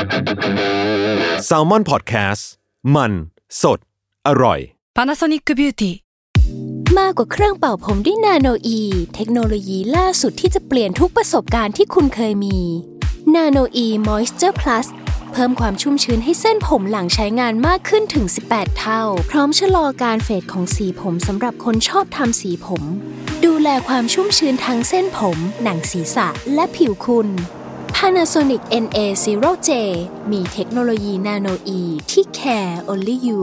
Salmon Podcast มันสดอร่อย Panasonic Beauty มากกว่าเครื่องเป่าผมด้วยนาโนอีเทคโนโลยีล่าสุดที่จะเปลี่ยนทุกประสบการณ์ที่คุณเคยมีนาโนอีมอยส์เจอร์พลัสเพิ่มความชุ่มชื้นให้เส้นผมหลังใช้งานมากขึ้นถึง18เท่าพร้อมชะลอการเฟดของสีผมสำหรับคนชอบทำสีผมดูแลความชุ่มชื้นทั้งเส้นผมหนังศีรษะและผิวคุณ Panasonic NA0J มีเทคโนโลยีนาโนอีที่ care only you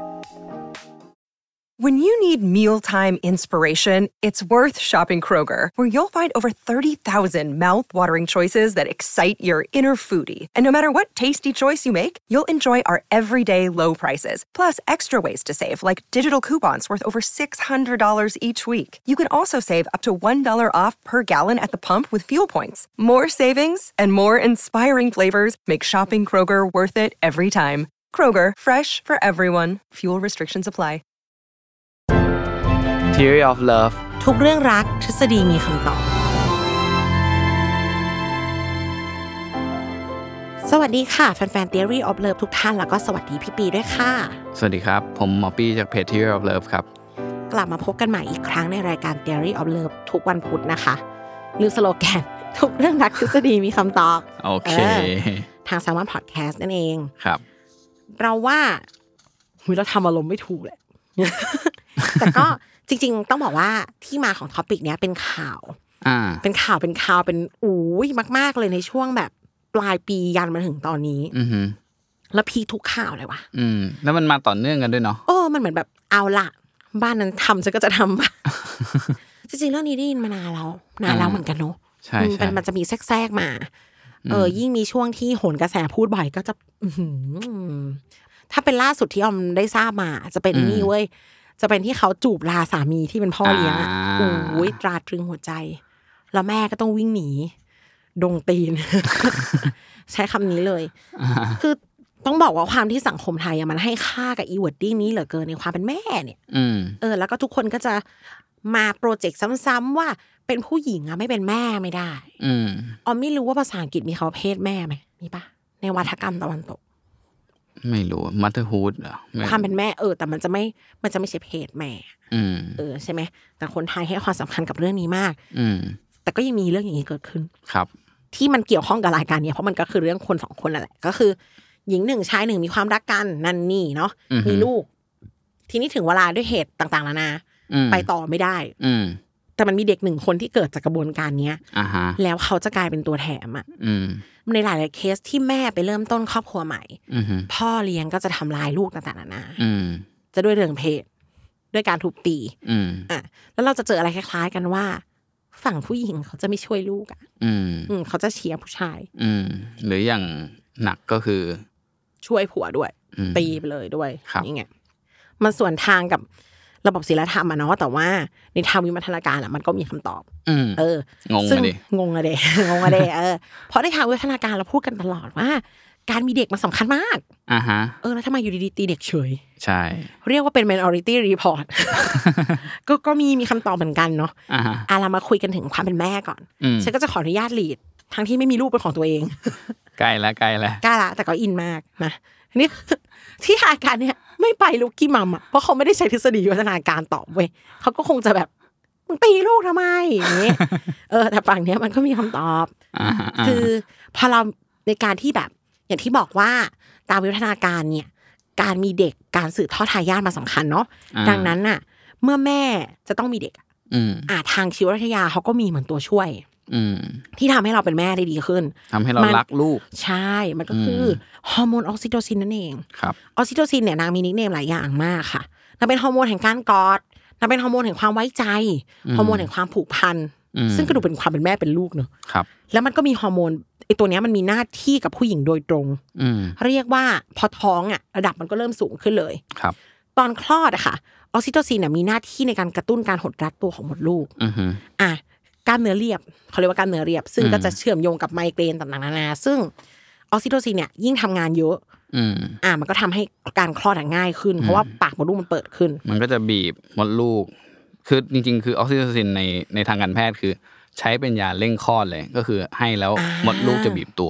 When you need mealtime inspiration, it's worth shopping Kroger, where you'll find over 30,000 mouth-watering choices that excite your inner foodie. And no matter what tasty choice you make, you'll enjoy our everyday low prices, plus extra ways to save, like digital coupons worth over $600 each week. You can also save up to $1 off per gallon at the pump with fuel points. More savings and more inspiring flavors make shopping Kroger worth it every time. Kroger, fresh for everyone. Fuel restrictions apply. Theory of Love ทุกเรื่องรักทฤษฎีมีคำตอบสวัสดีค่ะแฟนๆ Theory of Love ทุกท่านแล้วก็สวัสดีพี่ปีด้วยค่ะสวัสดีครับผมหมอปี้จากเพจ Theory of Love ครับกลับมาพบกันใหม่อีกครั้งในรายการ Theory of Love ทุกวันพุธนะคะลืมสโลแกนทุกเรื่องรักทฤษฎีมีคำตอบโอเคทาง Salmon Podcast นั่นเองครับเราว่าเราทำอารมณ์ไม่ถูกแหละ แต่ก็จริงๆต้องบอกว่าที่มาของท็อปิกเนี้ยเป็นข่าวเป็นอุ้ยมากๆเลยในช่วงแบบปลายปียันมาถึงตอนนี้แล้วพีทุกข่าวเลยว่ะแล้วมันมาต่อเนื่องกันด้วยเนาะมันเหมือนแบบเอาละบ้านนั้นทำฉันก็จะทำบ้างจริงๆเรื่องนี้ได้ยินมานานแล้วเหมือนกันเนาะใช่มันจะมีแทรกมายิ่งมีช่วงที่โหนกระแสพูดบ่อยก็จะถ้าเป็นล่าสุดที่ออมได้ทราบมาจะเป็นนี่เว้ยจะเป็นที่เขาจูบลาสามีที่เป็นพ่อเลี้ยงอ่ะโอ้ยตราตรึงหัวใจแล้วแม่ก็ต้องวิ่งหนีดงตีน ใช้คำนี้เลยคือต้องบอกว่าความที่สังคมไทยมันให้ค่ากับอีวอร์ดดิ้งนี้เหลือเกินในความเป็นแม่เนี่ยแล้วก็ทุกคนก็จะมาโปรเจกต์ซ้ำๆว่าเป็นผู้หญิงอะไม่เป็นแม่ไม่ได้ออมไม่รู้ว่าภาษาอังกฤษมีคำว่าเพศแม่ไหมมีปะในวาทกรรมตะวันตกไม่รู้ motherhood เหรอความเป็นแม่แต่มันจะไม่ใช่เพศแม่ใช่ไหมแต่คนไทยให้ความสำคัญกับเรื่องนี้มากแต่ก็ยังมีเรื่องอย่างนี้เกิดขึ้นครับที่มันเกี่ยวข้องกับรายการนี้เพราะมันก็คือเรื่องคนสองคนนั่นแหละก็คือหญิงหนึ่งชายหนึ่งมีความรักกันนั่นนี่เนาะมีลูกทีนี้ถึงเวลาด้วยเหตุต่างๆนานาไปต่อไม่ได้แต่มันมีเด็กหนึ่งคนที่เกิดจากกระบวนการนี้แล้วเขาจะกลายเป็นตัวแถมในหลายๆเคสที่แม่ไปเริ่มต้นครอบครัวใหม่พ่อเลี้ยงก็จะทำลายลูกต่างๆนานาจะด้วยเรื่องเพศด้วยการทุบตีแล้วเราจะเจออะไรคล้ายๆกันว่าฝั่งผู้หญิงเขาจะไม่ช่วยลูกเขาจะเชียร์ผู้ชายหรืออย่างหนักก็คือช่วยผัวด้วยตีไปเลยด้วยนี่ไงมันส่วนทางกับระบบศีลธรรมอะเนาะแต่ว่าในทางวิวัฒนาการอะมันก็มีคำตอบงงอะเดเพราะในทางวิวัฒนาการเราพูดกันตลอดว่าการมีเด็กมันสำคัญมากแล้วทำไมอยู่ดีๆตีเด็กเฉยใช่เรียกว่าเป็น minority report ก็มีคำตอบเหมือนกันเนาะเรามาคุยกันถึงความเป็นแม่ก่อนฉันก็จะขออนุญาตลีดทั้งที่ไม่มีลูกเป็นของตัวเองใกล้ละแต่ก็อินมากนะนี่ที่รายการเนี่ยไม่ไปลูกกี้มัมอ่ะเพราะเขาไม่ได้ใช้ทฤษฎีวิวัฒนาการตอบเว้ยเขาก็คงจะแบบมึงตีลูกทำไมอย่างนี้แต่ฝั่งเนี้ยมันก็มีคำตอบคือพอเราในการที่แบบอย่างที่บอกว่าตามวิวัฒนาการเนี่ยการมีเด็กการสืบทอดทายาทมาสำคัญเนาะดังนั้นน่ะเมื่อแม่จะต้องมีเด็กทางชีววิทยาเขาก็มีเหมือนตัวช่วยที่ทำให้เราเป็นแม่ได้ดีขึ้นทำให้เรารักลูกใช่มันก็คือฮอร์โมนออกซิโทซินนั่นเองครับออกซิโทซินเนี่ยนางมีนิกเนมหลายอย่างมากค่ะนางเป็นฮอร์โมนแห่งการกอดนางเป็นฮอร์โมนแห่งความไว้ใจฮอร์โมนแห่งความผูกพันซึ่งก็ดูเป็นความเป็นแม่เป็นลูกเนอะครับแล้วมันก็มีฮอร์โมนไอตัวนี้มันมีหน้าที่กับผู้หญิงโดยตรงเรียกว่าพอท้องอ่ะระดับมันก็เริ่มสูงขึ้นเลยครับตอนคลอดอะค่ะออกซิโทซินเนี่ยมีหน้าที่ในการกระตุ้นการหดรัดตัวของมดลูกกล้ามเนื้อเรียบเขาเรียกว่ากล้ามเนื้อเรียบซึ่งก็จะเชื่อมโยงกับไมเกรนต่างๆนานาซึ่งออกซิโทซินเนี่ยยิ่งทำงานเยอะมันก็ทำให้การคลอดง่ายขึ้นเพราะว่าปากมดลูกมันเปิดขึ้นมันก็จะบีบมดลูกคือจริงๆคือออกซิโทซินในทางการแพทย์คือใช้เป็นยาเร่งคลอดเลยก็คือให้แล้วมดลูกจะบีบตัว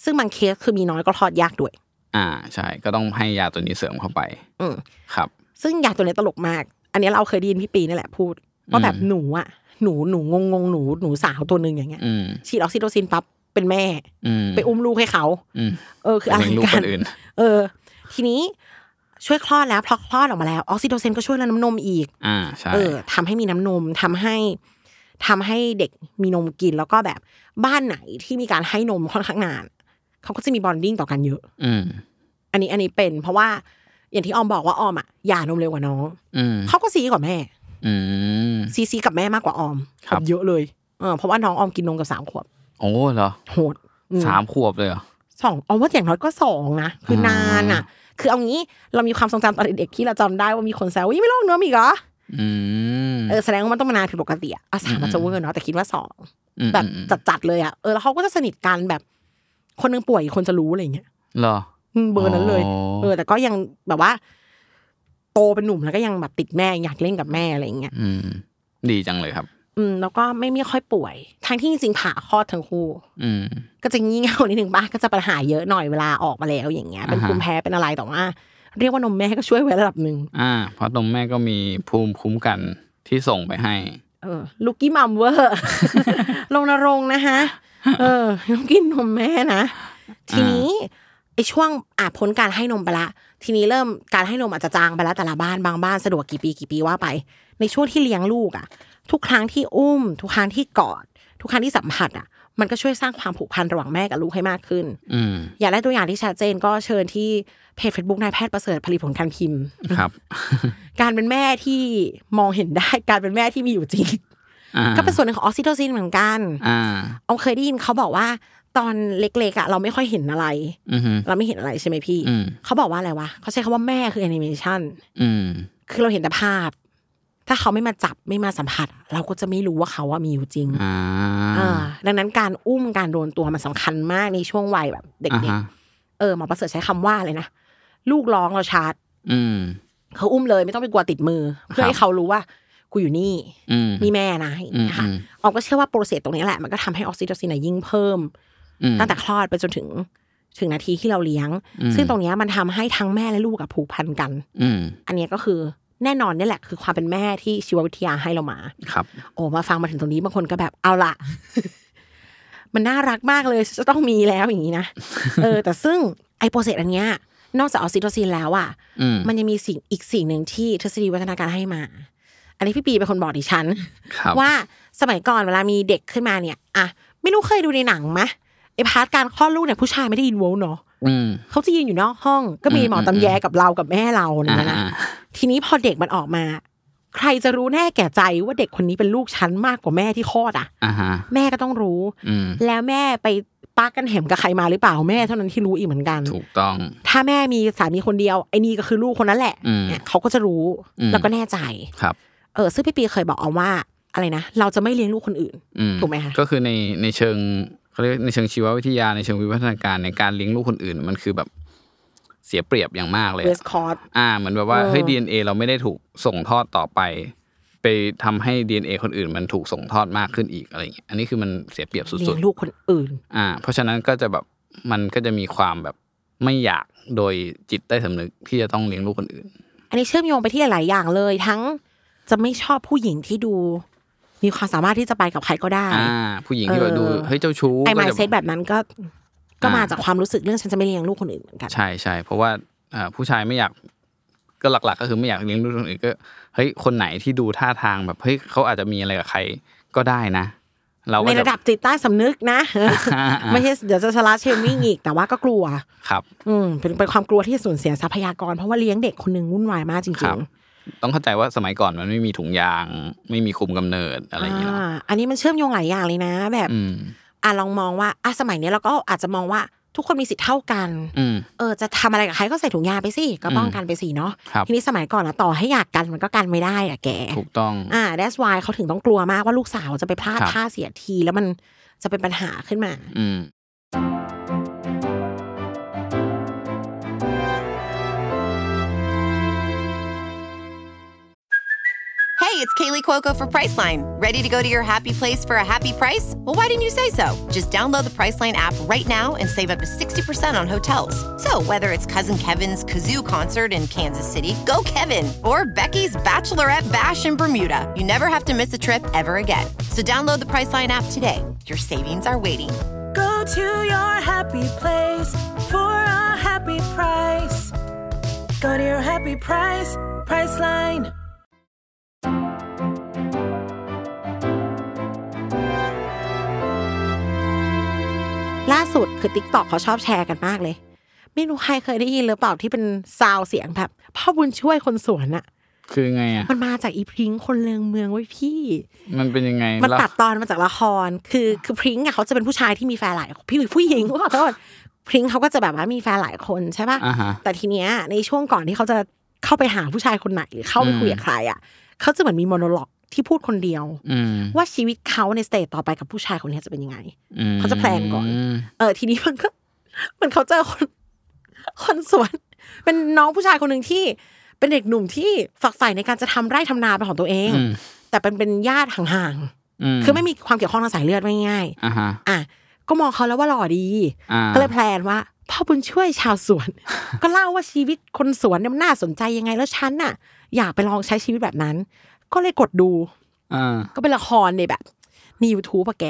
ซึ่งบางเคสคือมีน้อยก็คลอดยากด้วยใช่ก็ต้องให้ยาตัวนี้เสริมเข้าไปครับซึ่งยาตัวนี้ตลกมากอันนี้เราเคยได้ยินพี่ปีนี่แหละพูดว่าแบบหนูงงหนูสาวตัวนึงอย่างเงี้ยฉีดออกซิโทซินปั๊บเป็นแม่ไปอุ้มลูกให้เขาคืออะไรกันทีนี้ช่วยคลอดแล้วพอคลอดออกมาแล้วออกซิโทซินก็ช่วยน้ำนมอีกใช่ทำให้มีน้ำนมทำให้เด็กมีนมกินแล้วก็แบบบ้านไหนที่มีการให้นมค่อนข้างนานเขาก็จะมีบอนดิ้งต่อกันเยอะอันนี้เป็นเพราะว่าอย่างที่ออมบอกว่าออมหย่านมเร็วกว่าน้องเขาก็ซีกว่าแม่ซีกับแม่มากกว่าออมเยอะเลยเพราะว่าน้องออมกินนมกับ3 ขวบโอ้เหรอโหด 3 ขวบเลยเหรอ 2ออมว่าอย่างน้อยก็2นะคือนานอ่ะคือเอางี้เรามีความทรงจำตอนเด็กๆที่เราจำได้ว่ามีคนแซวว่าไม่ลองเนื้ออีกเหรอแสดงว่ามันต้องมานานผิดปกติอ่ะ3มันจะเวอร์เนาะแต่คิดว่า2แบบจัดๆเลยอ่ะแล้วเขาก็จะสนิทกันแบบคนนึงป่วยอีกคนจะรู้อะไรอย่างเงี้ยเหรอเบอร์นั้นเลยแต่ก็ยังแบบว่าโตเป็นหนุ่มแล้วก็ยังแบบติดแม่อยากเล่นกับแม่อะไรอย่างเงี้ยดีจังเลยครับแล้วก็ไม่ค่อยป่วยทั้งที่จริงๆผ่าคลอดทั้งคู่ก็จะงี่เง่านิดนึงบ้างก็จะปัญหาเยอะหน่อยเวลาออกมาแล้วอย่างเงี้ยเป็นภูมิแพ้เป็นอะไรแต่ว่าเรียกว่านมแม่ก็ช่วยไว้ระดับนึงเพราะนมแม่ก็มีภูมิคุ้มกันที่ส่งไปให้ลูกกี้มัมเวอร์ลงนรงนะฮะต้องกินนมแม่นะทีนี้ไอ้ช่วงพ้นการให้นมไปละทีนี้เริ่มการให้นมอาจจะจางไปแล้วแต่ละบ้านบางบ้านสะดวกกี่ปีว่าไปในช่วงที่เลี้ยงลูกทุกครั้งที่อุ้มทุกครั้งที่กอดทุกครั้งที่สัมผัสมันก็ช่วยสร้างความผูกพันระหว่างแม่กับลูกให้มากขึ้นอยากได้ตัวอย่างที่ชัดเจนก็เชิญที่เพจ Facebook นายแพทย์ประเสริฐผลิตผลการพิมพ์ครับการเป็นแม่ที่มองเห็นได้การเป็นแม่ที่มีอยู่จริงก็เป็นส่วนหนึ่งของออกซิโทซินเหมือนกันเอาเคยได้ยินเขาบอกว่าตอนเล็กๆเราไม่ค่อยเห็นอะไรเราไม่เห็นอะไรใช่ไหมพี่เขาบอกว่าอะไรวะเขาใช้คำว่าแม่คือแอนิเมชันคือเราเห็นแต่ภาพถ้าเขาไม่มาจับไม่มาสัมผัสเราก็จะไม่รู้ว่าเขาว่ามีอยู่จริงดังนั้นการอุ้มการโดนตัวมันสำคัญมากในช่วงวัยแบบเด็กๆหมอประเสริฐใช้คำว่าเลยนะลูกร้องเราชาร์จเขาอุ้มเลยไม่ต้องไปกลัวติดมือเพื่อให้เขารู้ว่ากูอยู่นี่แม่นะนะคะออมก็เชื่อว่าโปรเซสตรงนี้แหละมันก็ทำให้ออกซิโทซินยิ่งเพิ่มตั้งแต่คลอดไปจนถึงนาทีที่เราเลี้ยงซึ่งตรงนี้มันทำให้ทั้งแม่และลูกผูกพันกันอันนี้ก็คือแน่นอนนี่แหละคือความเป็นแม่ที่ชีววิทยาให้เรามาครับโอ้มาฟังมาถึงตรงนี้บางคนก็แบบเอาละ มันน่ารักมากเลยจะต้องมีแล้วอย่างนี้นะแต่ซึ่งไอโปรเซสอันเนี้ยนอกจากออกซิโทซินแล้วมันยังมีสิ่งนึงที่ทฤษฎีวัฒนาการให้มาอันนี้พี่ปีเป็นคนบอกดิฉันว่าสมัยก่อนเวลามีเด็กขึ้นมาเนี่ยไม่รู้เคยดูในหนังไหมไอพาร์ทการคลอดลูกเนี่ยผู้ชายไม่ได้ยินโว้เนาะเขาจะยืนอยู่นอกห้องก็มีหมอตำแยกับเรากับแม่เราเนี่ยนะทีนี้พอเด็กมันออกมาใครจะรู้แน่แก่ใจว่าเด็กคนนี้เป็นลูกฉันมากกว่าแม่ที่คลอดแม่ก็ต้องรู้แล้วแม่ไปปักกันแหมกับใครมาหรือเปล่าแม่เท่านั้นที่รู้อีกเหมือนกันถูกต้องถ้าแม่มีสามีคนเดียวไอ้นี่ก็คือลูกคนนั้นแหละเขาก็จะรู้แล้วก็แน่ใจครับซึ่งพี่ปีเคยบอกเอาว่าอะไรนะเราจะไม่เลี้ยงลูกคนอื่นถูกไหมคะก็คือในเชิงเขาเรียกในเชิงชีววิทยาในเชิงวิวัฒนาการในการเลี้ยงลูกคนอื่นมันคือแบบเสียเปรียบอย่างมากเลยเหมือนแบบว่าเฮ้ย DNA เราไม่ได้ถูกส่งทอดต่อไปทำให้ DNA คนอื่นมันถูกส่งทอดมากขึ้นอีกอะไรอย่างเงี้ยอันนี้คือมันเสียเปรียบสุดๆเลี้ยงลูกคนอื่นเพราะฉะนั้นก็จะแบบมันก็จะมีความแบบไม่อยากโดยจิตใต้สำนึกที่จะต้องเลี้ยงลูกคนอื่นอันนี้เชื่อมโยงไปที่หลายๆอย่างเลยทั้งจะไม่ชอบผู้หญิงที่ดูมีความสามารถที่จะไปกับใครก็ได้ผู้หญิงที่แบบดูเฮ้ยเจ้าชู้ไอ้ mindset แบบนั้นก็มาจากความรู้สึกเรื่องฉันจะไม่เลี้ยงลูกคนอื่นเหมือนกันใช่ๆเพราะว่าผู้ชายไม่อยากก็หลักๆก็คือไม่อยากเลี้ยงลูกคนอื่นก็เฮ้ยคนไหนที่ดูท่าทางแบบเฮ้ยเขาอาจจะมีอะไรกับใครก็ได้นะเราในระดับจิตใต้สำนึกนะไม่ใช่เดี๋ยวจะสลัดเชมมิ่งอีกแต่ว่าก็กลัวครับเป็นความกลัวที่สูญเสียทรัพยากรเพราะว่าเลี้ยงเด็กคนนึงวุ่นวายมากจริงๆต้องเข้าใจว่าสมัยก่อนมันไม่มีถุงยางไม่มีคุมกำเนิดอะไรอย่างเงี้ยอันนี้มันเชื่อมโยงหลายอย่างเลยนะแบบลองมองว่าสมัยนี้เราก็อาจจะมองว่าทุกคนมีสิทธิ์เท่ากันจะทำอะไรกับใครก็ใส่ถุงยางไปสิก็ป้องกันไปสิเนาะทีนี้สมัยก่อนต่อให้อยากกันมันก็กันไม่ได้แกถูกต้อง that's why เขาถึงต้องกลัวมากว่าลูกสาวจะไปพลาดท่าเสียทีแล้วมันจะเป็นปัญหาขึ้นมา Hey, it's Kaylee Cuoco for Priceline. Ready to go to your happy place for a happy price? Well, why didn't you say so? Just download the Priceline app right now and save up to 60% on hotels. So whether it's Cousin Kevin's Kazoo Concert in Kansas City, go Kevin, or Becky's Bachelorette Bash in Bermuda, you never have to miss a trip ever again. So download the Priceline app today. Your savings are waiting. Go to your happy place for a happy price. Go to your happy price, Priceline. ล่าสุดคือ TikTok เขาชอบแชร์กันมากเลยไม่รู้ใครเคยได้ยินหรือเปล่าที่เป็นซาวเสียงแบบพ่อบุญช่วยคนสวนอะคือไงอ่ะมันมาจากอีพริ้งคนเลืองเมืองไว้พี่มันเป็นยังไงมันตัดตอนมาจากละครคือพริ้งอ่ะเขาจะเป็นผู้ชายที่มีแฟนหลายพี่ผู้หญิงขอโทษพริ้งเขาก็จะแบบว่ามีแฟนหลายคนใช่ป่ะแต่ทีเนี้ยในช่วงก่อนที่เขาจะเข้าไปหาผู้ชายคนไหนหรือเข้าไปคุยกับใครอ่ะเขาจะเหมือนมีโมโนโลกที่พูดคนเดียวว่าชีวิตเขาในสเตจต่อไปกับผู้ชายคนนี้จะเป็นยังไงเขาจะแพลนก่อนทีนี้มันเขาเจอคนสวนเป็นน้องผู้ชายคนนึงที่เป็นเด็กหนุ่มที่ฝักใฝ่ในการจะทำไร่ทำนาเป็นของตัวเองแต่เป็นญาติห่างๆคือไม่มีความเกี่ยวข้องทางสายเลือดง่ายๆก็มองเขาแล้วว่าหล่อดีก็เลยแพลนว่าพ่อบุญช่วยชาวสวนก็เล่าว่าชีวิตคนสวนเนี่ยมันน่าสนใจยังไงแล้วฉันน่ะอยากไปลองใช้ชีวิตแบบนั้นก็เลยกดดูก็เป็นละครในแบบใน YouTube อ่ะแก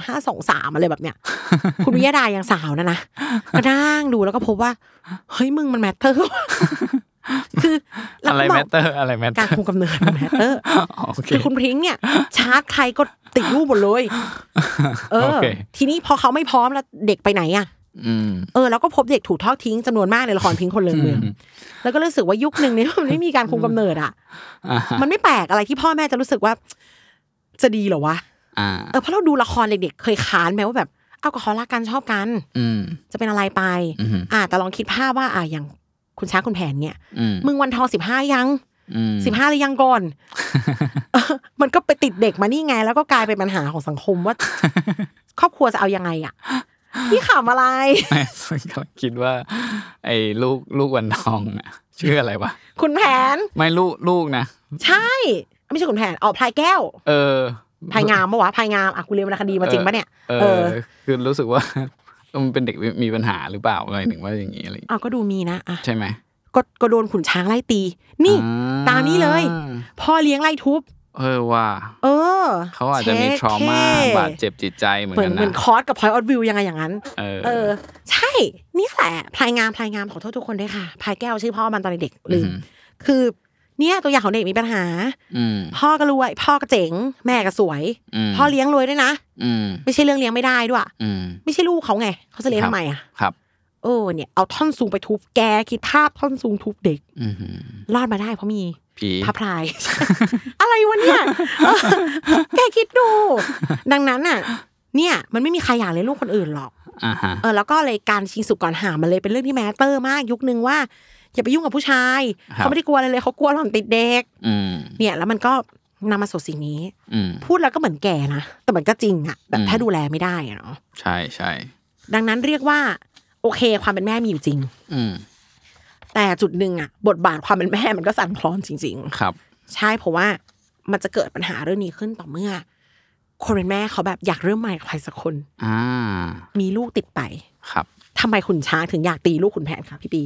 2523อะไรแบบเนี้ยคุณวิยดายังสาวนะก็นั่งดูแล้วก็พบว่าเฮ้ยมึงมันแมทเตอร์คืออะไรแมทเตอร์อะไรแมทเตอร์การคุมกำเนิดแมทเตอร์คือคุณพริ้งเนี่ยชาร์จใครก็ติดรูปหมดเลยทีนี้พอเขาไม่พร้อมแล้วเด็กไปไหนอ่ะแล้วก็พบเด็กถูกทอดทิ้งจำนวนมากในละครพิงค์คนเลืองเมืองแล้วก็รู้สึกว่ายุคนึงเนี่ยมันไม่มีการคุมกำเนิดอ่ะมันไม่แปลกอะไรที่พ่อแม่จะรู้สึกว่าจะดีเหรอวะเพราะเราดูละครเด็กๆเคยค้านไหมว่าแบบเอาก็เขารักกันชอบกันจะเป็นอะไรไปแต่ลองคิดภาพว่าอย่างคุณช้างคุณแผนเนี่ยมึงวันทอง15ยัง15หรือยังก่อนมันก็ไปติดเด็กมานี่ไงแล้วก็กลายเป็นปัญหาของสังคมว่าครอบครัวจะเอายังไงอ่ะพี่ขำอะไรก็คิดว่าไอ้ลูกวันทองชื่ออะไรวะคุณแผนไม่ลูกนะใช่ไม่ใช่คุณแผนพลายแก้วพลายงามปะวะพลายงามกูเรียนวรรณคดีมาจริงปะเนี่ยคือรู้สึกว่ามันเป็นเด็กมีปัญหาหรือเปล่าอะไรถึงว่าอย่างนี้อะไรก็ดูมีนะใช่ไหมก็โดนขุนช้างไล่ตีนี่ตามนี้เลยพ่อเลี้ยงไล่ทุบว่าเขาอาจจะมีทรมาบาดเจ็บจิตใจเหมือนกันนะเหมือนคอร์สกับพอยต์ออฟวิวยังไงอย่างนั้นใช่นี่แหละพลายงามขอโทษทุกคนด้วยค่ะพลายแก้วชื่อพ่อมันตอนเด็กลืมคือเนี่ยตัวอย่างของเด็กมีปัญหาพ่อก็รวยพ่อก็เจ๋งแม่ก็สวยพ่อเลี้ยงรวยด้วยนะไม่ใช่เรื่องเลี้ยงไม่ได้ด้วยไม่ใช่ลูกเขาไงเขาจะเลี้ยงทำไมอ่ะครับเนี่ยเอาท่อนสูงไปทุบแกคิดภาพท่อนสูงทุบเด็กรอดมาได้เพราะมีพระพรายอะไรวะเนี่ยแกคิดดูดังนั้นน่ะเนี่ยมันไม่มีใครอยากเลี้ยงลูกคนอื่นหรอกแล้วก็เลยการชิงสุกก่อนหามันเลยเป็นเรื่องที่แมตเตอร์มากยุคนึงว่าอย่าไปยุ่งกับผู้ชายเขาไม่ได้กลัวอะไรเลยเขากลัวหล่อนติดเด็กเนี่ยแล้วมันก็นำมาสู่สิ่งนี้พูดแล้วก็เหมือนแก่นะแต่มันก็จริงอ่ะแบบถ้าดูแลไม่ได้เนาะใช่ใช่ดังนั้นเรียกว่าโอเคความเป็นแม่มีอยู่จริงแต่จุดนึงอ่ะบทบาทความเป็นแม่มันก็สั่นคลอนจริงๆครับใช่เพราะว่ามันจะเกิดปัญหาเรื่องนี้ขึ้นต่อเมื่อคนเป็นแม่เขาแบบอยากเริ่มใหม่กับใครสักคนมีลูกติดไปครับทำไมขุนช้างถึงอยากตีลูกขุนแผนคะพี่ปี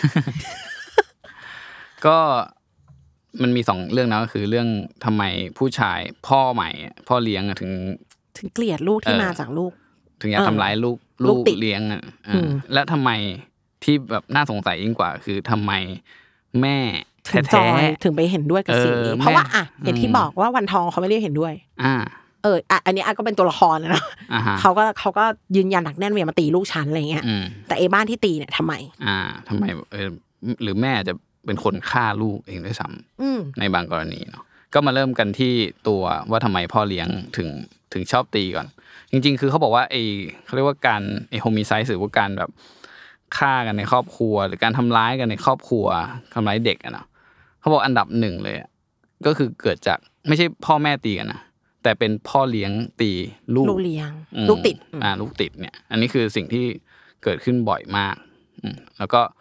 ก็มันมี2เรื่องนะก็คือเรื่องทำไมผู้ชายพ่อใหม่พ่อเลี้ยงถึงเกลียดลูกที่มาจากลูกถึงอยากทำร้ายลูกเลี้ยงและทำไมที่แบบน่าสงสัยยิ่งกว่าคือทำไมแม่แท้ๆถึงไปเห็นด้วยกับสิ่งนี้เพราะว่าอย่างที่บอกว่าวันทองเขาไม่ได้เห็นด้วยอันนี้ก็เป็นตัวละครนะเขาก็ยืนยันหนักแน่นว่าอย่ามาตีลูกฉันอะไรเงี้ยแต่บ้านที่ตีเนี่ยทำไมหรือแม่จะเป็นคนฆ่าลูกเองด้วยซ้ำในบางกรณีเนาะก็มาเริ่มกันที่ตัวว่าทำไมพ่อเลี้ยงถึงชอบตีก่อนจริงๆคือเขาบอกว่าเขาเรียกว่าการโฮมิไซด์หรือว่าการแบบฆ่ากันในครอบครัวหรือการทำร้ายกันในครอบครัวทำร้ายเด็กอะเนาะเขาบอกอันดับ1เลยก็คือเกิดจากไม่ใช่พ่อแม่ตีกันนะแต่เป็นพ่อเลี้ยงตีลูกเลี้ยงลูกติดลูกติดเนี่ยอันนี้คือสิ่งที่เกิดขึ้นบ่อยมากแล้วก็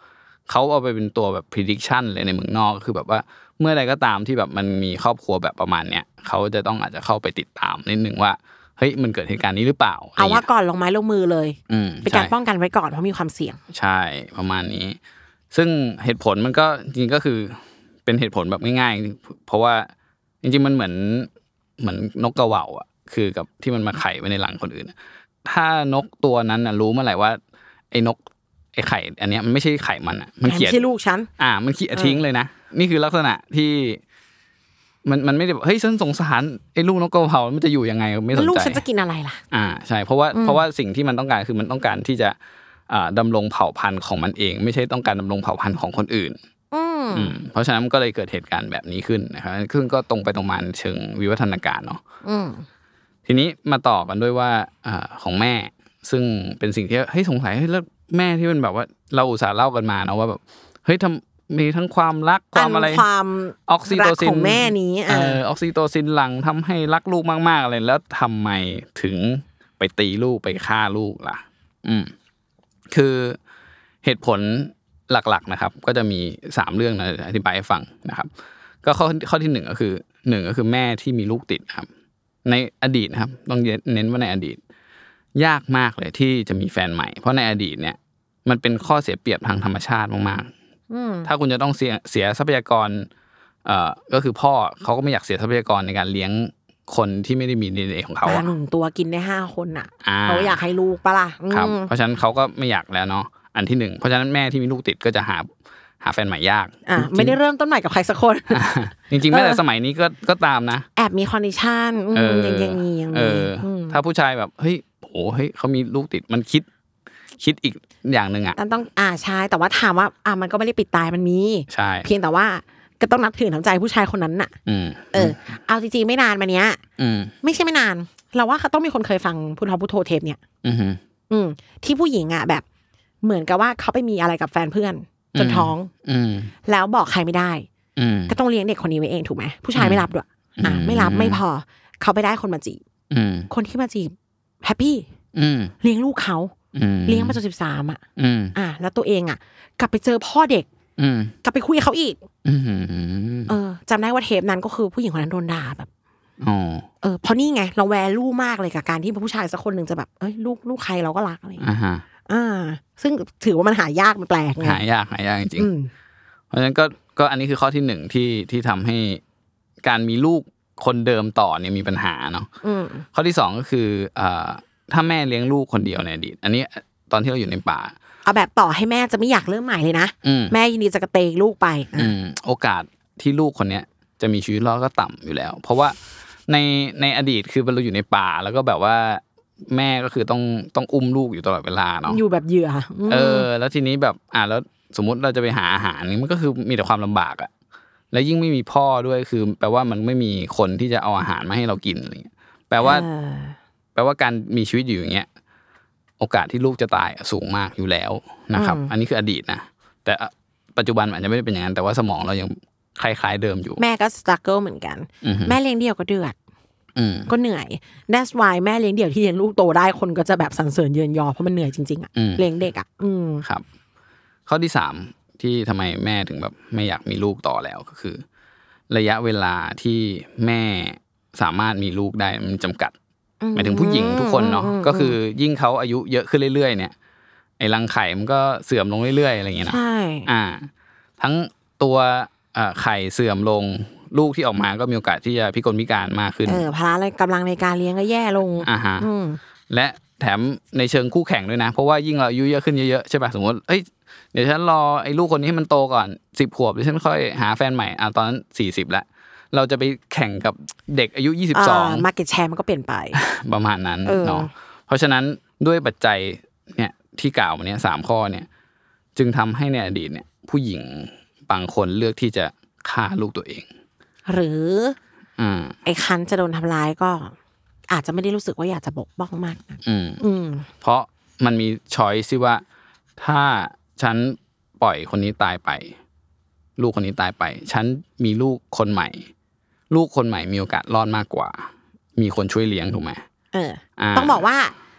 เขาเอาไปเป็นตัวแบบ prediction เลยในเมืองนอกคือแบบว่าเมื่อใดก็ตามที่แบบมันมีครอบครัวแบบประมาณเนี้ยเขาจะต้องอาจจะเข้าไปติดตามนิดนึงว่าเฮ้ยมันเกิดเหตุการณ์นี้หรือเปล่าเอาว่าก่อนลงไม้ลงมือเลยเป็นการป้องกันไว้ก่อนเพราะมีความเสี่ยงใช่ประมาณนี้ซึ่งเหตุผลมันก็จริงก็คือเป็นเหตุผลแบบง่ายๆเพราะว่าจริงๆมันเหมือนนกกระเหว่าอ่ะคือกับที่มันมาไข่ไว้ในรังคนอื่นถ้านกตัวนั้นน่ะรู้เมื่อไหร่ว่าไอ้ไข่อันเนี้ยมันไม่ใช่ไข่มันอ่ะมันเขียนไม่ใช่ลูกฉันมันเขียนทิ้งเลยนะนี่คือลักษณะที่มันไม่ได้แบบเฮ้ยฉันสงสารไอ้ลูกนกกระเหว่ามันจะอยู่ยังไงไม่สนใจลูกฉันจะกินอะไรล่ะใช่เพราะว่าสิ่งที่มันต้องการคือมันต้องการที่จะดำรงเผ่าพันธุ์ของมันเองไม่ใช่ต้องการดำรงเผ่าพันธุ์ของคนอื่นเพราะฉะนั้นมันก็เลยเกิดเหตุการณ์แบบนี้ขึ้นนะครับซึ่งก็ตรงไปตรงมาเชิงวิวัฒนาการเนาะทีนี้มาต่อกันด้วยว่าของแม่ซึ่งเป็นสิ่งที่เฮ้ยสงสัยเฮ้ยแล้วแม่ที่เป็นแบบว่าเราอุตส่าห์เล่ากันมาเนาะว่าแบบเฮ้ยมีทั้งความรักความอะไรความออกซิโตซินของแม่นี้ออกซิโตซินหลั่งทำให้รักลูกมากๆอะไรแล้วทำไมถึงไปตีลูกไปฆ่าลูกล่ะคือเหตุผลหลักๆนะครับก็จะมี3เรื่องนะอธิบายให้ฟังนะครับก็ข้อที่1ก็คือ1ก็คือแม่ที่มีลูกติดครับในอดีตนะครับต้องเน้นว่าในอดีตยากมากเลยที่จะมีแฟนใหม่เพราะในอดีตเนี่ยมันเป็นข้อเสียเปรียบทางธรรมชาติมากๆถ้าคุณจะต้องเสียทรัพยากรก็คือพ่อเขาก็ไม่อยากเสียทรัพยากรในการเลี้ยงคนที่ไม่ได้มี DNA ของเขาหนึ่งตัวกินได้5คนน่ะเขาอยากให้ลูกปะล่ะครับเพราะฉะนั้นเขาก็ไม่อยากแล้วเนาะอันที่1เพราะฉะนั้นแม่ที่มีลูกติดก็จะหาแฟนใหม่ยากไม่ได้เริ่มต้นใหม่กับใครสักคนจริงๆแม้แต่สมัยนี้ก็ตามนะแอบมีคอนดิชั่นยังมีถ้าผู้ชายแบบเฮ้ยโหเฮ้ยเขามีลูกติดมันคิดอีกอย่างนึงอ่ะต้องใช่แต่ว่าถามว่ามันก็ไม่ได้ปิดตายมันมีใช่เพียงแต่ว่าก็ต้องนับถือน้ำใจผู้ชายคนนั้นน่ะเอาจริงๆไม่นานมาเนี้ยไม่ใช่ไม่นานเราว่าเขาต้องมีคนเคยฟังพุทธเทปเนี่ยที่ผู้หญิงอ่ะแบบเหมือนกับว่าเขาไปมีอะไรกับแฟนเพื่อนจนท้องแล้วบอกใครไม่ได้ก็ต้องเลี้ยงเด็กคนนี้ไว้เองถูกไหมผู้ชายไม่รับด้วยไม่รับไม่พอเขาไปได้คนมาจีบคนที่มาจีบแฮปปี้เลี้ยงลูกเขาเลี้ยงมาจน13แล้วตัวเองอ่ะกลับไปเจอพ่อเด็กกลับไปคุยกับเขาอีกจำได้ว่าเทปนั้นก็คือผู้หญิงคนนั้นโดนด่าแบบเพราะนี่ไงเราแวลูมากเลยกับการที่ผู้ชายสักคนหนึ่งจะแบบเอ้ยลูกใครเราก็รักอะไรอย่างเงี้ยซึ่งถือว่ามันหายากมันแปลกไงหายากจริงๆเพราะฉะนั้นก็อันนี้คือข้อที่1ที่ทำให้การมีลูกคนเดิมต่อเนี่ยมีปัญหาเนาะข้อที่2ก็คือถ้าแม่เลี้ยงลูกคนเดียวในอดีตอันนี้ตอนที่เราอยู่ในป่าเอาแบบต่อให้แม่จะไม่อยากเริ่มใหม่เลยนะแม่ยินดีจะกระเตงลูกไปโอกาสที่ลูกคนเนี้ยจะมีชีวิตรอดก็ต่ำอยู่แล้วเพราะว่าในอดีตคือเราอยู่ในป่าแล้วก็แบบว่าแม่ก็คือต้องอุ้มลูกอยู่ตลอดเวลาเนาะอยู่แบบเหยื่อแล้วทีนี้แบบแล้วสมมติเราจะไปหาอาหารนี่มันก็คือมีแต่ความลำบากอ่ะแล้วยิ่งไม่มีพ่อด้วยคือแปลว่ามันไม่มีคนที่จะเอาอาหารมาให้เรากินอะไรเงี้ยแปลว่าการมีชีวิตอยู่อย่างเงี้ยโอกาสที่ลูกจะตายสูงมากอยู่แล้วนะครับอันนี้คืออดีตนะแต่ปัจจุบันอาจจะไม่ได้เป็นอย่างนั้นแต่ว่าสมองเรายังคล้ายๆเดิมอยู่แม่ก็สตรักเกิลเหมือนกันแม่เลี้ยงเดี่ยวก็เดือดก็เหนื่อย that's why แม่เลี้ยงเดี่ยวที่เลี้ยงลูกโตได้คนก็จะแบบสรรเสริญเยินยอเพราะมันเหนื่อยจริงๆอ่ะเลี้ยงเด็กอ่ะครับข้อที่3ที่ทำไมแม่ถึงแบบไม่อยากมีลูกต่อแล้วก็คือระยะเวลาที่แม่สามารถมีลูกได้มันจำกัดหมายถึงผู้หญิงทุกคนเนาะก็คือยิ่งเขาอายุเยอะขึ้นเรื่อยๆเนี่ยไอ้รังไข่มันก็เสื่อมลงเรื่อยๆอะไรอย่างเงี้ยนะใช่ทั้งตัวไข่เสื่อมลงลูกที่ออกมาก็มีโอกาสที่จะพิกลพิการมากขึ้นภาระกำลังในการเลี้ยงก็แย่ลงและแถมในเชิงคู่แข่งด้วยนะเพราะว่ายิ่งเราอายุเยอะขึ้นเยอะๆใช่ป่ะสมมติเดี๋ยวฉันรอไอ้ลูกคนนี้ให้มันโตก่อน10 ขวบเดี๋ยวฉันค่อยหาแฟนใหม่ตอนนั้น40แล้วเราจะไปแข่งกับเด็กอายุ22 market share มันก็เปลี่ยนไปประมาณนั้นเนาะเพราะฉะนั้นด้วยปัจจัยเนี่ยที่กล่าวมาเนี่ย3ข้อเนี่ยจึงทำให้ในอดีตเนี่ยผู้หญิงบางคนเลือกที่จะฆ่าลูกตัวเองหรือไอ้คันจะโดนทำร้ายก็อาจจะไม่ได้รู้สึกว่าอยากจะปกป้องมากนะเพราะมันมีช้อยส์ว่าถ้าฉันปล่อยคนนี้ตายไปลูกคนนี้ตายไปฉันมีลูกคนใหม่ลูกคนใหม่มีโอกาสรอดมากกว่ามีคนช่วยเลี้ยงถูกไหมต้องบอกว่า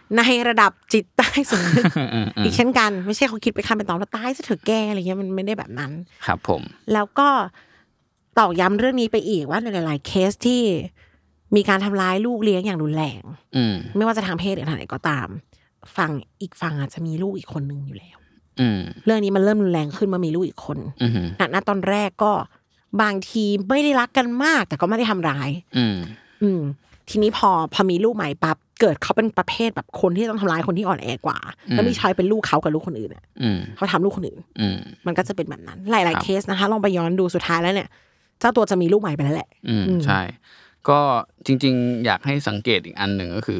ในระดับจิตใต้สำนึกอีกเช่นกันไม่ใช่เขาคิดไปคำเป็นตอนว่าตายซะเถอะแกอะไรเงี้ยมันไม่ได้แบบนั้นครับผมแล้วก็ตอกย้ำเรื่องนี้ไปอีกว่าในหลายๆเคสที่มีการทำร้ายลูกเลี้ยงอย่างรุนแรงไม่ว่าจะทางเพศหรือทางไหนก็ตามฝั่งอีกฝั่งอาจจะมีลูกอีกคนนึงอยู่แล้วเรื่องนี้มันเริ่มรุนแรงขึ้นมามีลูกอีกคนณตอนแรกก็บางทีไม่ได้รักกันมากแต่ก็ไม่ได้ทำร้ายทีนี้พอมีลูกใหม่ปั๊บเกิดเขาเป็นประเภทแบบคนที่ต้องทำร้ายคนที่อ่อนแอกว่าแล้วมีชอยเป็นลูกเขากับลูกคนอื่นเขาทำลูกคนอื่นมันก็จะเป็นแบบนั้นหลายๆเคสนะคะลองไปย้อนดูสุดท้ายแล้วเนี่ยเจ้าตัวจะมีลูกใหม่ไปแล้วแหละใช่ก็จริงๆอยากให้สังเกตอีกอันหนึ่งก็คือ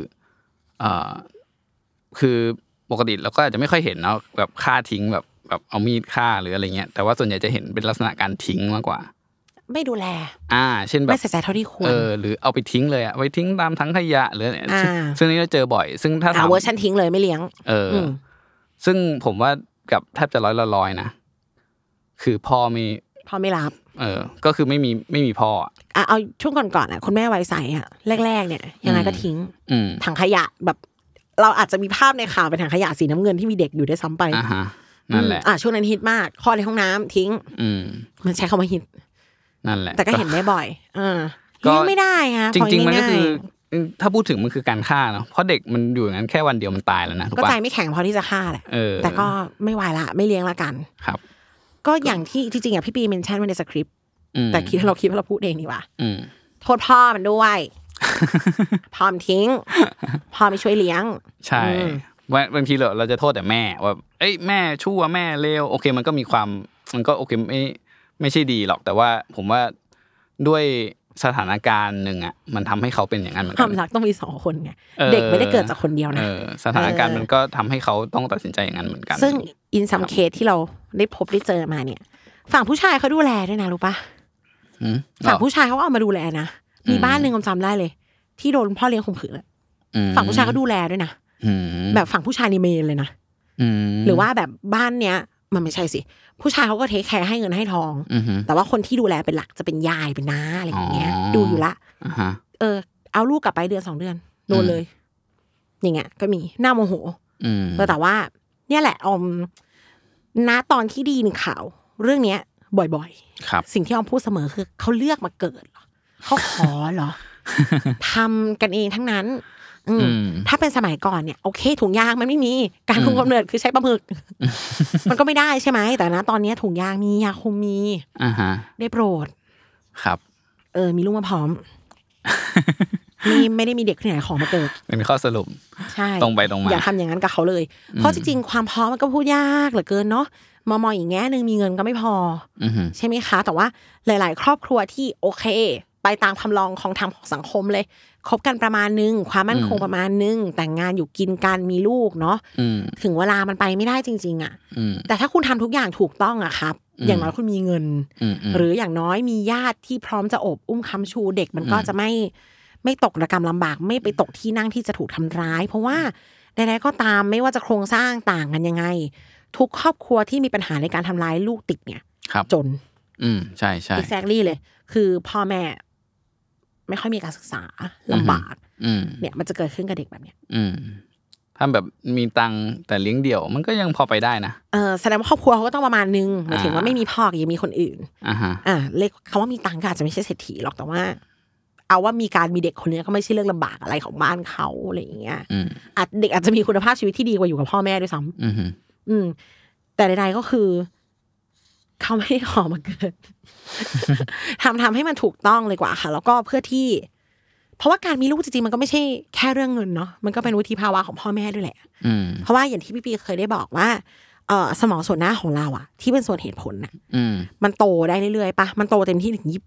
คือปกติเราก็อาจจะไม่ค่อยเห็นเนาะแบบฆ่าทิ้งแบบเอามีดฆ่าหรืออะไรเงี้ยแต่ว่าส่วนใหญ่จะเห็นเป็นลักษณะการทิ้งมากกว่าไม่ดูแลเช่นแบบไม่ใส่ใจเท่าที่ควรหรือเอาไปทิ้งเลยไปทิ้งตามถังขยะหรือซึ่งนี่เราเจอบ่อยซึ่งถ้าเวอร์ชันทิ้งเลยไม่เลี้ยงซึ่งผมว่ากับแทบจะร้อยนะคือพ่อไม่รับก็คือไม่มีพ่อเอาช่วงก่อนคุณแม่ไว้ใสแรกๆเนี่ยยังไงก็ทิ้งถังขยะแบบเราอาจจะมีภาพในข่าวเป็นถังขยะสีน้ำเงินที่มีเด็กอยู่ด้วยซ้ำไปนั่นแหละช่วงนั้นฮิตมากข้อในห้องน้ำทิ้งมันใช้คำว่าฮิตนั่นแหละแต่ก็เห็นได้บ่อยก็ไม่ได้ไงจริงๆมันก็คือถ้าพูดถึงมันคือการฆ่าเนาะเพราะเด็กมันอยู่อย่างนั้นแค่วันเดียวมันตายแล้วนะก็ใจไม่แข็งพอที่จะฆ่าแหละแต่ก็ไม่ไหวละไม่เลี้ยงละกันครับก็อย่างที่จริงๆพี่ปีเมนชั่นไว้ในสคริปต์แต่คิดว่าเราพูดเองดีกว่าโทษพ่อมันด้วยพ่อมันทิ้งพ่อไม่ช่วยเลี้ยงใช่บางทีเราจะโทษแต่แม่ว่าแม่ชั่วแม่เลวโอเคมันก็มีความมันก็โอเคไม่ใช่ดีหรอกแต่ว่าผมว่าด้วยสถานการณ์หนึ่งมันทำให้เขาเป็นอย่างนั้นเหมือนกันความรักต้องมี2คนไงเด็กไม่ได้เกิดจากคนเดียวนะสถานการณ์มันก็ทำให้เขาต้องตัดสินใจอย่างนั้นเหมือนกันซึ่งอินซัมเคสที่เราได้พบได้เจอมาเนี่ยฝั่งผู้ชายเขาดูแลด้วยนะรู้ปะฝั่งผู้ชายเขาเอามาดูแลนะมีบ้านนึงจำได้เลยที่โดนพ่อเลี้ยงข่มขืนฝั่งผู้ชายเขาดูแลด้วยนะแบบฝั่งผู้ชายในเมนเลยนะหรือว่าแบบบ้านเนี้ยมันไม่ใช่สิผู้ชายเขาก็เทคแคร์ให้เงินให้ทองแต่ว่าคนที่ดูแลเป็นหลักจะเป็นยายเป็นน้าอะไรอย่างเงี้ยดูอยู่ละเอาลูกกลับไปเดือน2 เดือนโดนเลยอย่างเงี้ยก็มีหน้าโมโหแต่ว่าเนี่ยแหละณตอนที่ได้ยินข่าวเรื่องเนี้ยบ่อยๆสิ่งที่ออมพูดเสมอคือเขาเลือกมาเกิดเหรอเขาขอเหรอทำกันเองทั้งนั้นถ้าเป็นสมัยก่อนเนี่ยโอเคถุงยางมันไม่มีการคุมกำเนิดคือใช้ปลาหมึกมันก็ไม่ได้ใช่ไหมแต่นะตอนนี้ถุงยางมียาคุมมีได้โปรดครับมีลูกมาพร้อมไม่ได้มีเด็กที่ไหนของมาเกิดเป็นข้อสรุปใช่ตรงไปตรงมาอย่าทำอย่างนั้นกับเขาเลยเพราะจริงๆความพร้อมมันก็พูดยากเหลือเกินเนาะมองอีกแง่นึงมีเงินก็ไม่พอใช่ไหมคะแต่ว่าหลายๆครอบครัวที่โอเคไปตามคำลองของธรรมของสังคมเลยคบกันประมาณนึงความมั่นคงประมาณนึงแต่งงานอยู่กินกันมีลูกเนาะถึงเวลามันไปไม่ได้จริงๆแต่ถ้าคุณทำทุกอย่างถูกต้องครับอย่างน้อยคุณมีเงินหรืออย่างน้อยมีญาติที่พร้อมจะอบอุ้มค้ำชูเด็กมันก็จะไม่ตกระกำลำบากไม่ไปตกที่นั่งที่จะถูกทำร้ายเพราะว่าใดๆก็ตามไม่ว่าจะโครงสร้างต่างกันยังไงทุกครอบครัวที่มีปัญหาในการทำร้ายลูกติดเนี่ยจนใช่ใช่ exactly เลยคือพ่อแม่ไม่ค่อยมีการศึกษาลำบากเนี่ยมันจะเกิดขึ้นกับเด็กแบบเนี้ยถ้าแบบมีตังแต่เลี้ยงเดี่ยวมันก็ยังพอไปได้นะแสดงว่าครอบครัวเขาก็ต้องประมาณนึงหมายถึงว่าไม่มีพ่อยังมีคนอื่นเลขคำว่ามีตังก็อาจจะไม่ใช่เศรษฐีหรอกแต่ว่าเอาว่ามีการมีเด็กคนนี้ก็ไม่ใช่เรื่องลำบากอะไรของบ้านเขาอะไรอย่างเงี้ยเด็กอาจจะมีคุณภาพชีวิตที่ดีกว่าอยู่กับพ่อแม่ด้วยซ้ำแต่ใดๆก็คือเขาไม่ได้ขอมาเกิดทำให้มันถูกต้องเลยกว่าค่ะแล้วก็เพื่อที่เพราะว่าการมีลูกจริงๆมันก็ไม่ใช่แค่เรื่องเงินเนาะมันก็เป็นวุฒิภาวะของพ่อแม่ด้วยแหละเพราะว่าอย่างที่พี่ปีเคยได้บอกว่าสมองส่วนหน้าของเราที่เป็นส่วนเหตุผลน่ะมันโตได้เรื่อยๆปะมันโตเต็มที่ถึง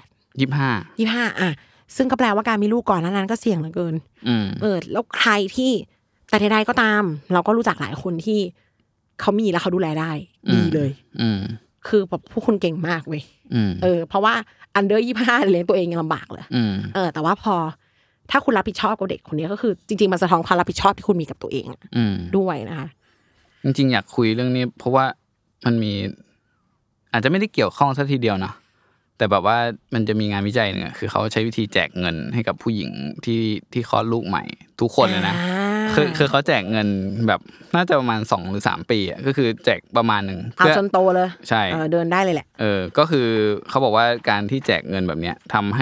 25ซึ่งก็แปลว่าการมีลูกก่อนนั้นก็เสี่ยงเหลือเกินแล้วใครที่แต่ใดๆก็ตามเราก็รู้จักหลายคนที่เขามีแล้วเขาดูแลได้ดีเลยคือแบบพวกคุณเก่งมากเว้ยเพราะว่าอันเดอร์25เลี้ยงตัวเองยังลำบากเลยแต่ว่าพอถ้าคุณรับผิดชอบกับเด็กคนนี้ก็คือจริงๆมันสะท้อนความรับผิดชอบที่คุณมีกับตัวเองด้วยนะคะจริงๆอยากคุยเรื่องนี้เพราะว่ามันมีอาจจะไม่ได้เกี่ยวข้องซะทีเดียวเนาะแต่แบบว่ามันจะมีงานวิจัยนึงคือเขาใช้วิธีแจกเงินให้กับผู้หญิงที่คลอดลูกใหม่ทุกคนเลยนะคือเขาแจกเงินแบบน่าจะประมาณ2 หรือ 3 ปีอ่ะก็คือแจกประมาณนึงเอาจนโตเลยใช่เดินได้เลยแหละก็คือเขาบอกว่าการที่แจกเงินแบบเนี้ยทำให้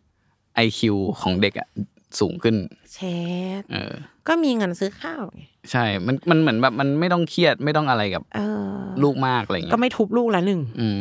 IQ ของเด็กอ่ะสูงขึ้นเชฟก็มีเงินซื้อข้าวใช่มันเหมือนแบบมันไม่ต้องเครียดไม่ต้องอะไรกับลูกมากอะไรอย่างเงี้ยก็ไม่ทุบลูกละ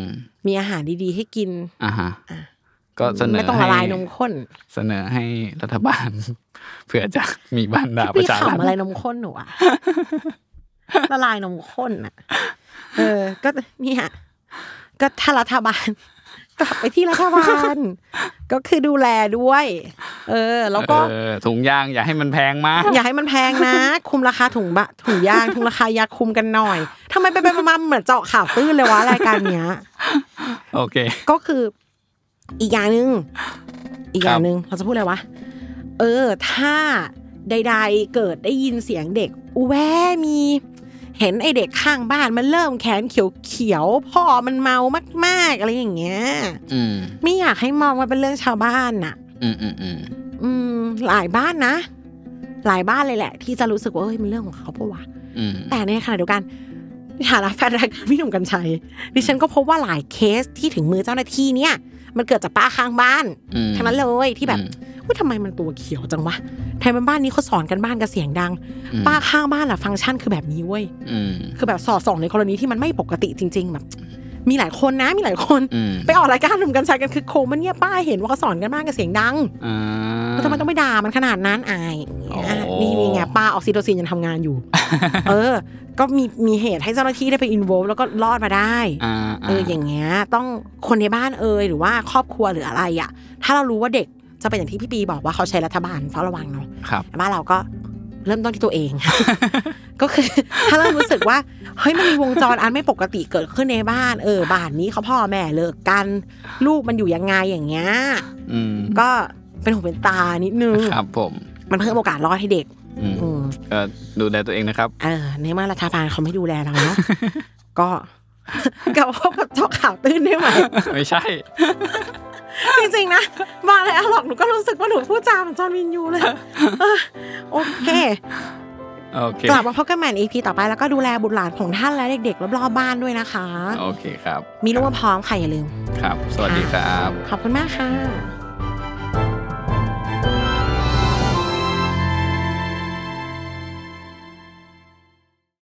1มีอาหารดีๆให้กินก็เสนอไม่ต้องละลายนมข้นเสนอให้รัฐบาลเผื่อจะมีบ้านดาประชารัฐอะไรนมข้นหนูอะละลายนมข้นอ่ะก็เนี่ยก็ถ้ารัฐบาลกลับไปที่รัฐบาลก็คือดูแลด้วยแล้วก็ถุงยางอย่าให้มันแพงมากอย่าให้มันแพงนะคุมราคาถุงยางถุงราคายาคุมกันหน่อยทำไมไปมาเหมือนเจาะข่าวตื้นเลยวะรายการเนี้ยโอเคก็คืออีกอย่างนึงเราจะพูดอะไรวะถ้าใดๆเกิดได้ยินเสียงเด็กแว่มีเห็นไอเด็กข้างบ้านมันเริ่มแขนเขียวๆพ่อมันเมามากๆอะไรอย่างเงี้ยไม่อยากให้มองว่าเป็นเรื่องชาวบ้านน่ะหลายบ้านนะหลายบ้านเลยแหละที่จะรู้สึกว่าเฮ้ยมันเรื่องของเขาปะวะแต่ในขณะเดียวกันฐานะแฟนรายการพี่หนุ่มกรรชัยดิฉันก็พบว่าหลายเคสที่ถึงมือเจ้าหน้าที่เนี่ยมันเกิดจากป้าข้างบ้านทั้งนั้นเลยที่แบบว่าทำไมมันตัวเขียวจังวะไทยบ้านนี้เขาสอนกันบ้านกับเสียงดังป้าข้างบ้านล่ะฟังก์ชันคือแบบนี้เว้ยคือแบบสอดส่องในกรณีที่มันไม่ปกติจริงๆแบบมีหลายคนนะมีหลายคนไปออกรายการหนุ่มกันชัยกันคือโคมันเนี่ยป้าเห็นว่าเขาสอนกันบ้านกับเสียงดังแล้วทำไมต้องไปด่ามันขนาดนั้นอายนี่ไงป้าออกซิโตซินยังทำงานอยู่ก็มีเหตุให้เจ้าหน้าที่ได้ไปอินโวลแล้วก็รอดมาได้อย่างเงี้ยต้องคนในบ้านหรือว่าครอบครัวหรืออะไรอ่ะถ้าเรารู้ว่าเด็กจะเป็นอย่างที่พี่ปีบอกว่าเขาใช้รัฐบาลเฝ้าระวังเนาะบ้านเราก็เริ่มต้นที่ตัวเอง ก็คือถ้าเรารู้สึกว่าเฮ้ยมันมีวงจรอันไม่ปกติเกิดขึ้นในบ้านบ้านนี้เขาพ่อแม่เลิกกันลูกมันอยู่ยังไงอย่างเงี้ยก็เป็นหูเป็นตานิดนึงครับผมมันเพิ่มโอกาสรอดให้เด็กก็ดูแลตัวเองนะครับในเมื่อรัฐบาลเขาไม่ดูแลเราเนาะก็พบกับเจาะข่าวตื้นได้ไหมไม่ใช่จริงๆนะมาแล้วหรอกหนูก็รู้สึกว่าหนูพูดจาเหมือนจอห์นวินยูเลยโอเคกลับมาพบกันใหม่ใน EP ต่อไปแล้วก็ดูแลบุตรหลานของท่านและเด็กๆรอบๆบ้านด้วยนะคะโอเคครับมีลูกพร้อมค่ะอย่าลืมครับสวัสดีครับขอบคุณมากค่ะ